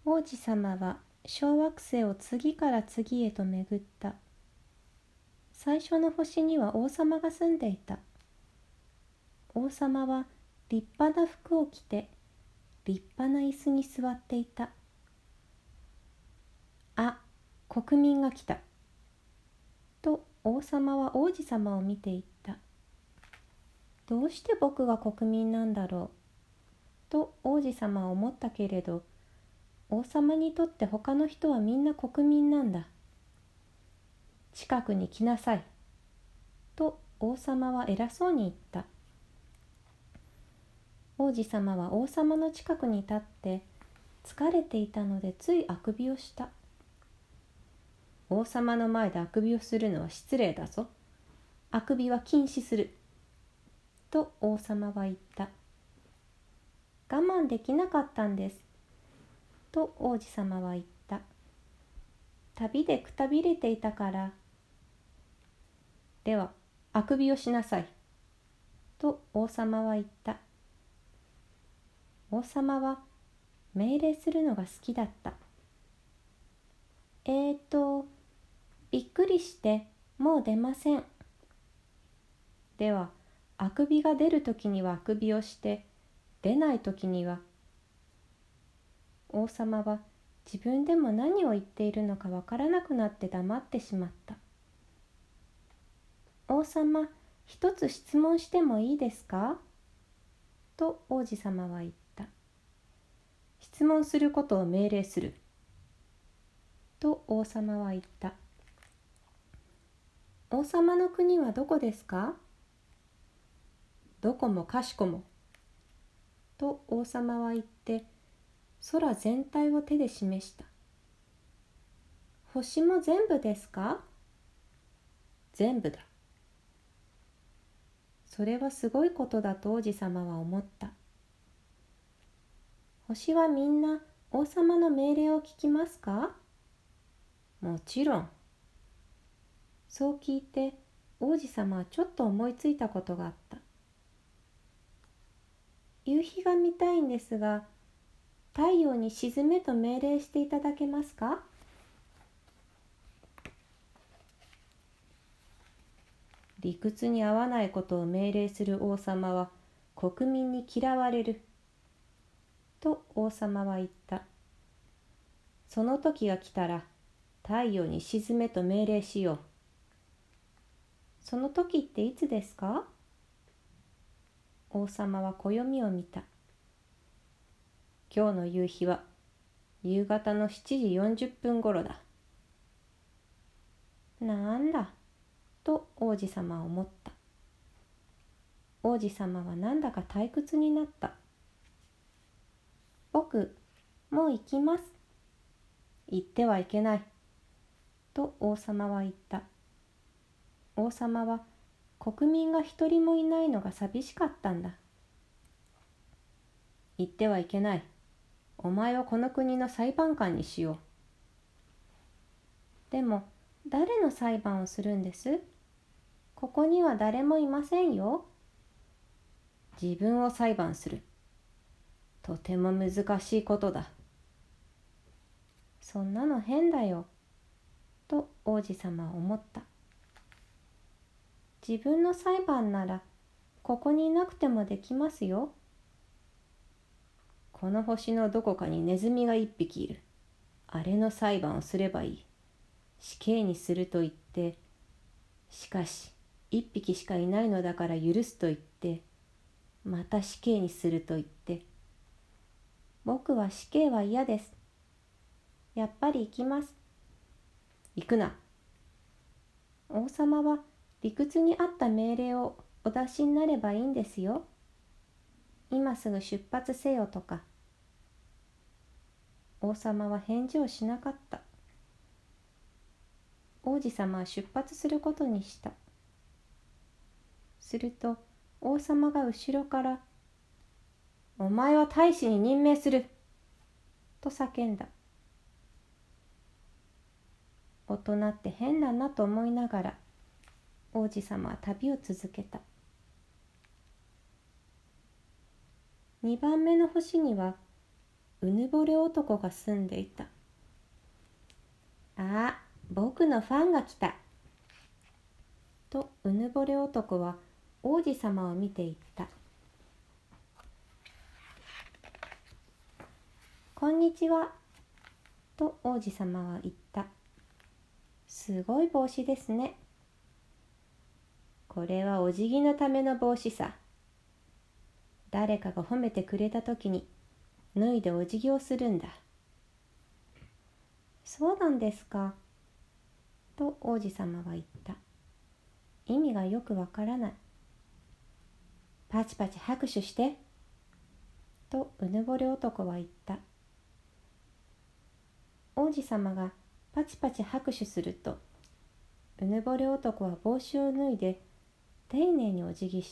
王子様は小惑星を次から次へと巡った。最初の星には王様が住んでいた。王様は立派な服を着て立派な椅子に座っていた。あ、国民が来た。と王様は王子様を見ていった。どうして僕が国民なんだろうと王子様は思ったけれど、王様にとって他の人はみんな国民なんだ。近くに来なさい。と王様は偉そうに言った。王子様は王様の近くに立って疲れていたのでついあくびをした。王様の前であくびをするのは失礼だぞ。あくびは禁止する。と王様は言った。我慢できなかったんです。と王子様は言った。旅でくたびれていたから。では、あくびをしなさい。と王様は言った。王様は命令するのが好きだった。びっくりしてもう出ません。では、あくびが出るときにはあくびをして、出ないときには。王様は自分でも何を言っているのかわからなくなって黙ってしまった。王様、一つ質問してもいいですかと王子様は言った。質問することを命令する。と王様は言った。王様の国はどこですか？どこもかしこも。と王様は言って、空全体を手で示した。星も全部ですか？全部だ。それはすごいことだと王子様は思った。星はみんな王様の命令を聞きますか？もちろん。そう聞いて王子様はちょっと思いついたことがあった。夕日が見たいんですが、太陽に沈めと命令していただけますか？理屈に合わないことを命令する王様は国民に嫌われる。と王様は言った。その時が来たら太陽に沈めと命令しよう。その時っていつですか？王様は暦を見た。今日の夕日は夕方の7時40分ごろだ。なんだ、と王子様は思った。王子様はなんだか退屈になった。僕、もう行きます。行ってはいけない。と王様は言った。王様は国民が一人もいないのが寂しかったんだ。行ってはいけない。お前をこの国の裁判官にしよう。でも、誰の裁判をするんです？ここには誰もいませんよ。自分を裁判する。とても難しいことだ。そんなの変だよ。と王子様は思った。自分の裁判ならここにいなくてもできますよ。この星のどこかにネズミが一匹いる。あれの裁判をすればいい。死刑にすると言って、しかし一匹しかいないのだから許すと言って、また死刑にすると言って、僕は死刑は嫌です。やっぱり行きます。行くな。王様は理屈に合った命令をお出しになればいいんですよ。今すぐ出発せよとか。王様は返事をしなかった。王子様は出発することにした。すると王様が後ろから「お前は大使に任命する!」と叫んだ。大人って変だなと思いながら王子様は旅を続けた。2番目の星にはうぬぼれ男が住んでいた。ああ、僕のファンが来た。とうぬぼれ男は王子様を見て言った。こんにちは。と王子様は言った。すごい帽子ですね。これはお辞儀のための帽子さ。誰かが褒めてくれたときに脱いでお辞儀をするんだ。そうなんですか。と王子様は言った。意味がよくわからない。パチパチ拍手して。とうぬぼれ男は言った。王子様がパチパチ拍手すると、うぬぼれ男は帽子を脱いで丁寧にお辞儀した。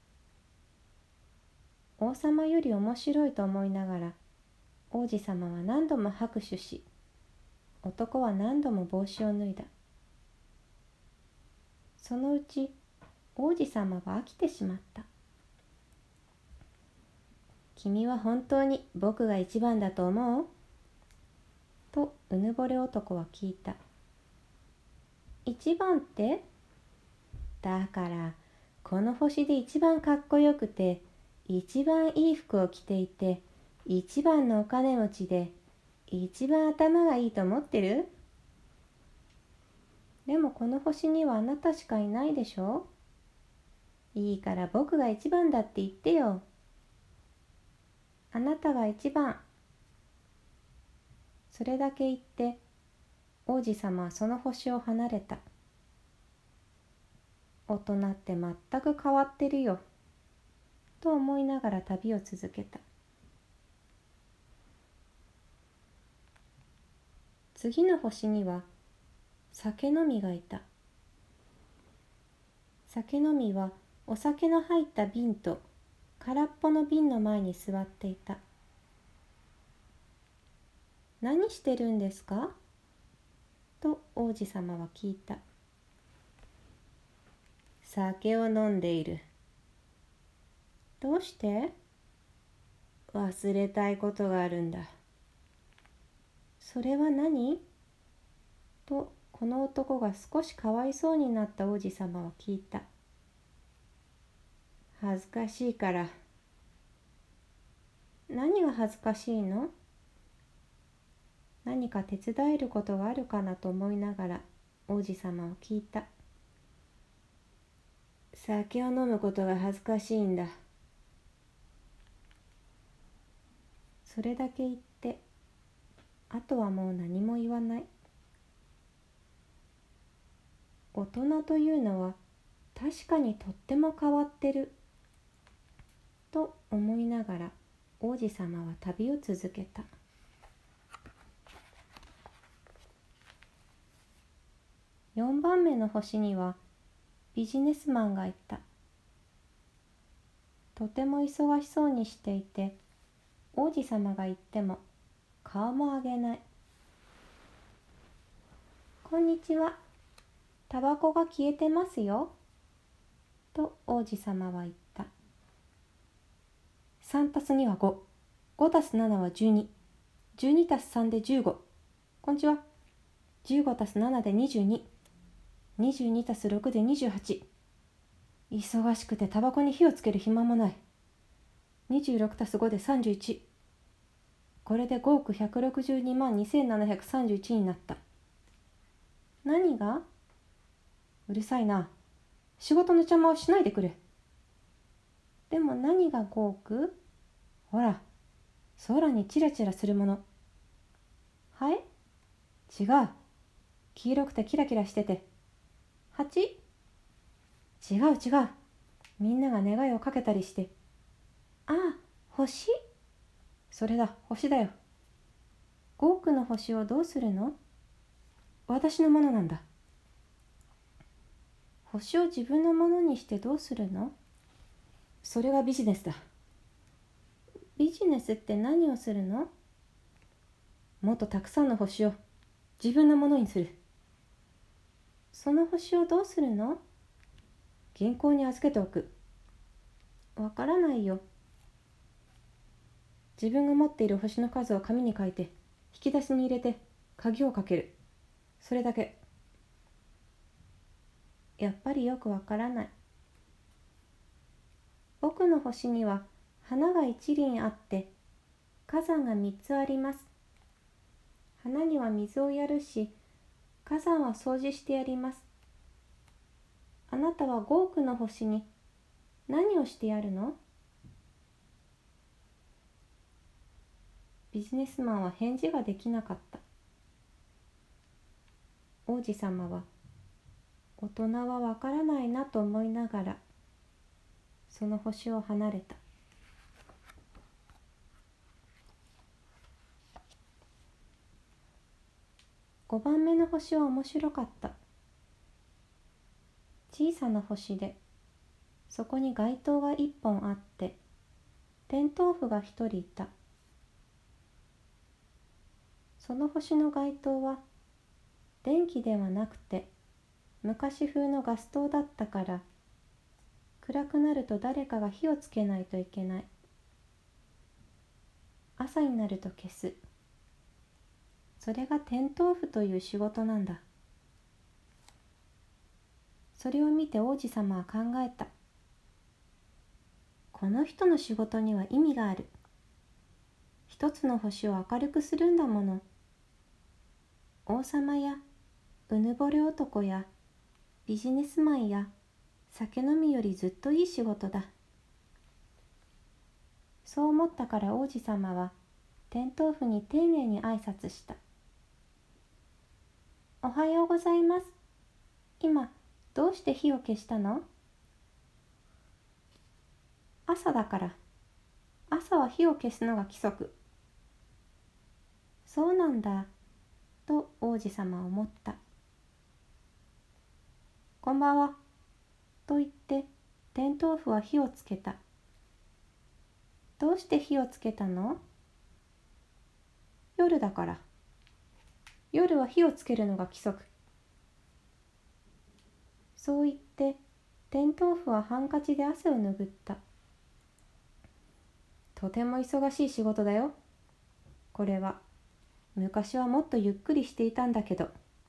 王様より面白いと思いながら、王子様は何度も拍手し、男は何度も帽子を脱いだ。そのうち王子様は飽きてしまった。君は本当に僕が一番だと思う？とうぬぼれ男は聞いた。一番って？だからこの星で一番かっこよくて一番いい服を着ていて一番のお金持ちで一番頭がいいと思ってる？でもこの星にはあなたしかいないでしょ？いいから僕が一番だって言ってよ。あなたが一番。それだけ言って王子様はその星を離れた。大人って全く変わってるよと思いながら旅を続けた。次の星には酒飲みがいた。酒飲みはお酒の入った瓶と空っぽの瓶の前に座っていた。何してるんですか？と王子様は聞いた。酒を飲んでいる。どうして？忘れたいことがあるんだ。それは何？とこの男が少しかわいそうになった王子様は聞いた。恥ずかしいから。何が恥ずかしいの？何か手伝えることがあるかなと思いながら王子様は聞いた。酒を飲むことが恥ずかしいんだ。それだけ言ってあとはもう何も言わない。大人というのは確かにとっても変わってると思いながら王子様は旅を続けた。4番目の星にはビジネスマンがいた。とても忙しそうにしていて王子様が言っても顔も上げない。こんにちは。タバコが消えてますよ。と王子様は言った。3たす2は5。5たす7は12。12たす3で15。こんにちは。15たす7で22。22たす6で28。忙しくてタバコに火をつける暇もない。26たす5で31。これで5億162万2731になった。何が？うるさいな。仕事の邪魔をしないでくれ。でも何が5億？ほら、空にチラチラするもの。はい？違う。黄色くてキラキラしてて。8？違う違う。みんなが願いをかけたりして。ああ、星？それだ、星だよ。5億の星をどうするの？私のものなんだ。星を自分のものにしてどうするの？それがビジネスだ。ビジネスって何をするの？もっとたくさんの星を自分のものにする。その星をどうするの？銀行に預けておく。わからないよ。 自分が持っている星の数を紙に書いて、引き出しに入れて鍵をかける。それだけ。やっぱりよくわからない。僕の星には花が一輪あって、火山が3つあります。花には水をやるし、火山は掃除してやります。あなたは5億の星に何をしてやるの？ビジネスマンは返事ができなかった。王子様は、大人はわからないなと思いながら、その星を離れた。5番目の星は面白かった。小さな星で、そこに街灯が1本あって、テントウフが1人いた。その星の街灯は、電気ではなくて、昔風のガス灯だったから、暗くなると誰かが火をつけないといけない。朝になると消す。それがテントウフという仕事なんだ。それを見て王子様は考えた。この人の仕事には意味がある。一つの星を明るくするんだもの。王様やうぬぼれ男やビジネスマンや酒飲みよりずっといい仕事だ。そう思ったから王子様はテントウフに丁寧に挨拶した。おはようございます。今どうして火を消したの？朝だから。朝は火を消すのが規則。そうなんだ、と王子様は思った。こんばんは、と言ってテントウフは火をつけた。どうして火をつけたの？夜だから。夜は火をつけるのが規則。そう言ってテントウフはハンカチで汗を拭った。とても忙しい仕事だよ。これは。昔はもっとゆっくりしていたんだけど。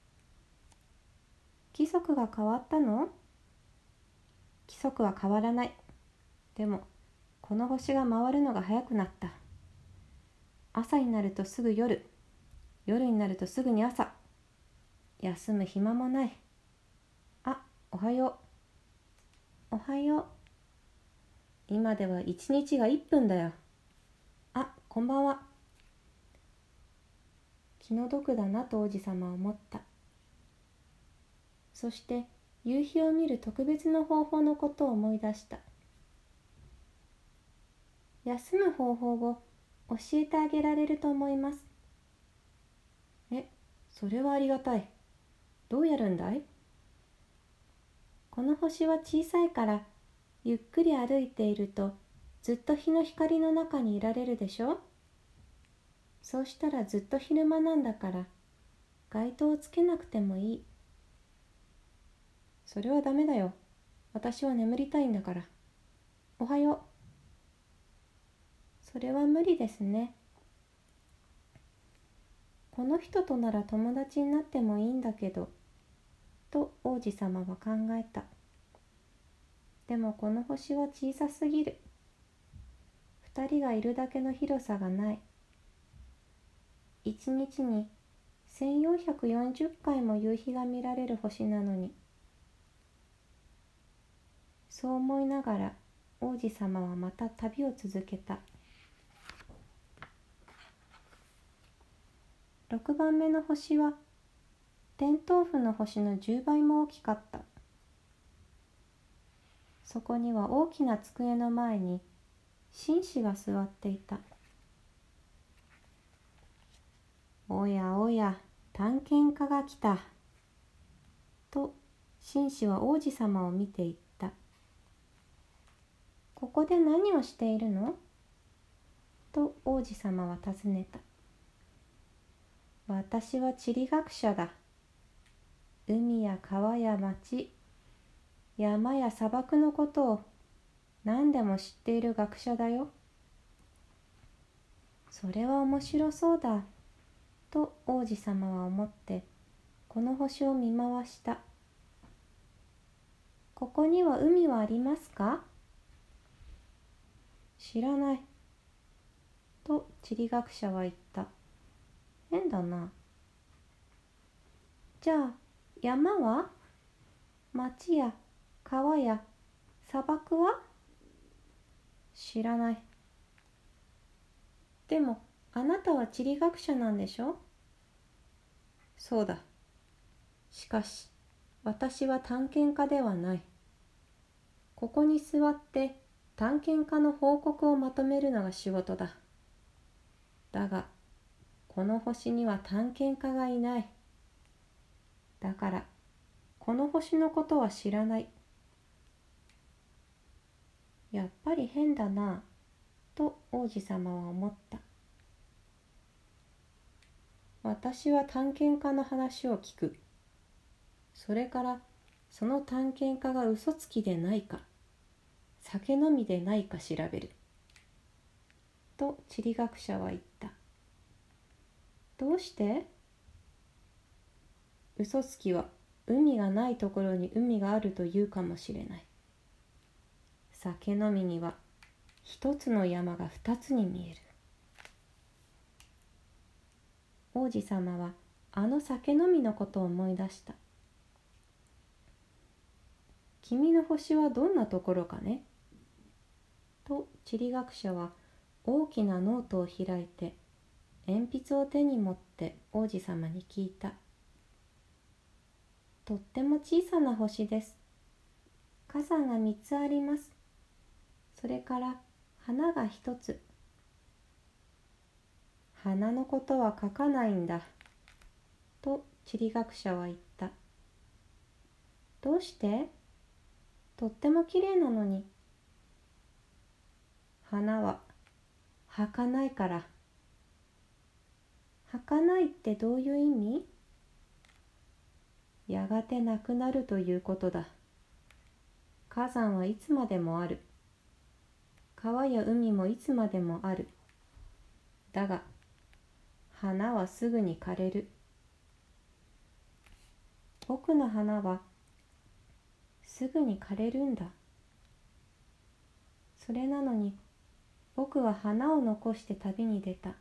規則が変わったの？規則は変わらない。でも、この星が回るのが早くなった。朝になるとすぐ夜。夜になるとすぐに朝。休む暇もない。あ、おはよう。おはよう。今では一日が1分だよ。あ、こんばんは。気の毒だなと王子様は思った。そして夕日を見る特別な方法のことを思い出した。休む方法を教えてあげられると思います。それはありがたい。どうやるんだい？この星は小さいからゆっくり歩いているとずっと日の光の中にいられるでしょ？そうしたらずっと昼間なんだから街灯をつけなくてもいい。それはダメだよ。私は眠りたいんだから。おはよう。それは無理ですね。この人となら友達になってもいいんだけど、と王子様は考えた。でもこの星は小さすぎる。二人がいるだけの広さがない。一日に1440回も夕日が見られる星なのに。そう思いながら王子様はまた旅を続けた。6番目の星はテントウフの星の10倍も大きかった。そこには大きな机の前に紳士が座っていた。おやおや、探検家が来た。と紳士は王子様を見て言った。ここで何をしているの？と王子様は尋ねた。私は地理学者だ。海や川や町、山や砂漠のことを何でも知っている学者だよ。 それは面白そうだ、と王子様は思って、この星を見回した。ここには海はありますか？知らない、と地理学者は言った。変だな。じゃあ山は？町や川や砂漠は？知らない。でもあなたは地理学者なんでしょ？そうだ。しかし私は探検家ではない。ここに座って探検家の報告をまとめるのが仕事だ。だがこの星には探検家がいない。だからこの星のことは知らない。やっぱり変だな、と王子様は思った。私は探検家の話を聞く。それからその探検家が嘘つきでないか、酒飲みでないか調べる。と地理学者は言った。どうして？嘘つきは海がないところに海があると言うかもしれない。酒飲みには一つの山が二つに見える。王子様はあの酒飲みのことを思い出した。君の星はどんなところかね？と地理学者は大きなノートを開いて鉛筆を手に持って王子様に聞いた。とっても小さな星です。火山が3つあります。それから花が1つ。花のことは書かないんだ。と地理学者は言った。どうして？とってもきれいなのに。花は儚いから。儚いってどういう意味？やがてなくなるということだ。火山はいつまでもある。川や海もいつまでもある。だが花はすぐに枯れる。僕の花はすぐに枯れるんだ。それなのに僕は花を残して旅に出た。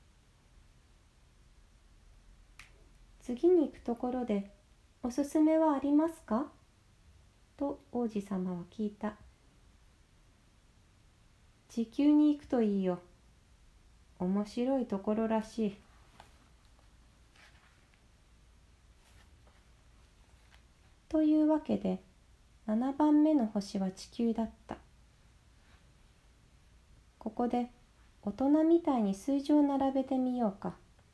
次に行くところでおすすめはありますか？と王子様は聞いた。地球に行くといいよ。面白いところらしい。というわけで7番目の星は地球だった。ここで大人みたいに数字を並べてみようか。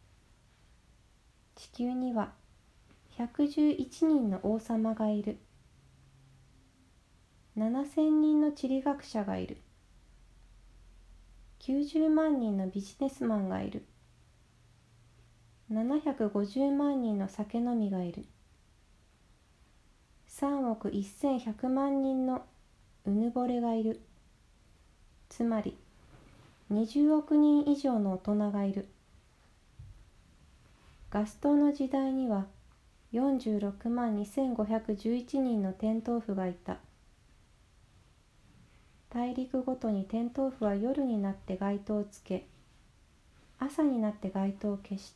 地球には111人の王様がいる。7000人の地理学者がいる。90万人のビジネスマンがいる。750万人の酒飲みがいる。3億1100万人のうぬぼれがいる。つまり20億人以上の大人がいる。ガストンの時代には46万2511人のテントウフがいた。大陸ごとにテントウフは夜になって街灯をつけ、朝になって街灯を消した。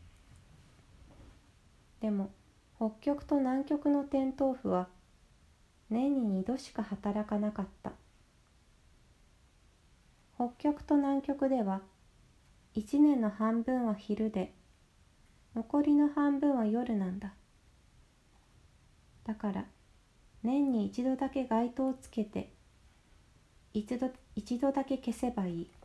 でも北極と南極のテントウフは年に2度しか働かなかった。北極と南極では1年の半分は昼で、残りの半分は夜なんだ。だから年に一度だけ街灯をつけて一度だけ消せばいい。